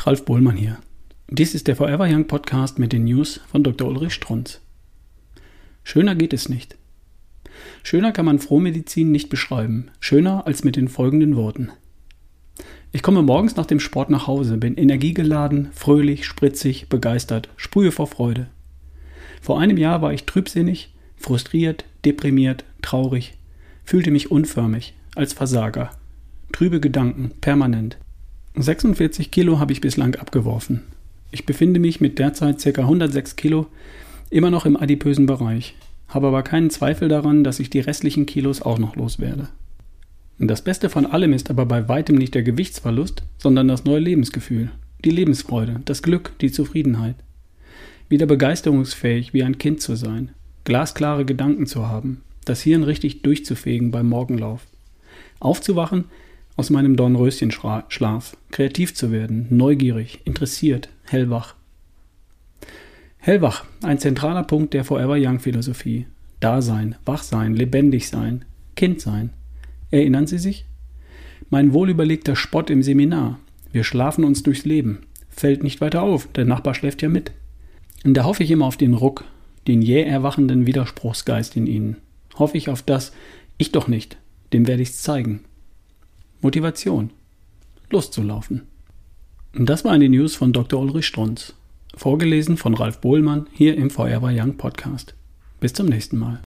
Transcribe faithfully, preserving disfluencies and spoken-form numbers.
Ralf Bohlmann hier. Dies ist der Forever Young Podcast mit den News von Doktor Ulrich Strunz. Schöner geht es nicht. Schöner kann man Frohmedizin nicht beschreiben. Schöner als mit den folgenden Worten. Ich komme morgens nach dem Sport nach Hause, bin energiegeladen, fröhlich, spritzig, begeistert, sprühe vor Freude. Vor einem Jahr war ich trübsinnig, frustriert, deprimiert, traurig, fühlte mich unförmig, als Versager. Trübe Gedanken, permanent. sechsundvierzig Kilo habe ich bislang abgeworfen. Ich befinde mich mit derzeit ca. hundertsechs Kilo immer noch im adipösen Bereich, habe aber keinen Zweifel daran, dass ich die restlichen Kilos auch noch loswerde. Das Beste von allem ist aber bei weitem nicht der Gewichtsverlust, sondern das neue Lebensgefühl, die Lebensfreude, das Glück, die Zufriedenheit. Wieder begeisterungsfähig wie ein Kind zu sein, glasklare Gedanken zu haben, das Hirn richtig durchzufegen beim Morgenlauf. Aufzuwachen aus meinem Dornröschenschlaf, kreativ zu werden, neugierig, interessiert, hellwach. Hellwach, ein zentraler Punkt der Forever Young Philosophie. Dasein, wachsein, lebendig sein, Kind sein. Erinnern Sie sich? Mein wohlüberlegter Spott im Seminar. Wir schlafen uns durchs Leben. Fällt nicht weiter auf, der Nachbar schläft ja mit. Und da hoffe ich immer auf den Ruck, den jäh erwachenden Widerspruchsgeist in Ihnen. Hoffe ich auf das, ich doch nicht, dem werde ich's zeigen. Motivation. Loszulaufen. Und das waren die News von Doktor Ulrich Strunz. Vorgelesen von Ralf Bohlmann hier im Forever Young Podcast. Bis zum nächsten Mal.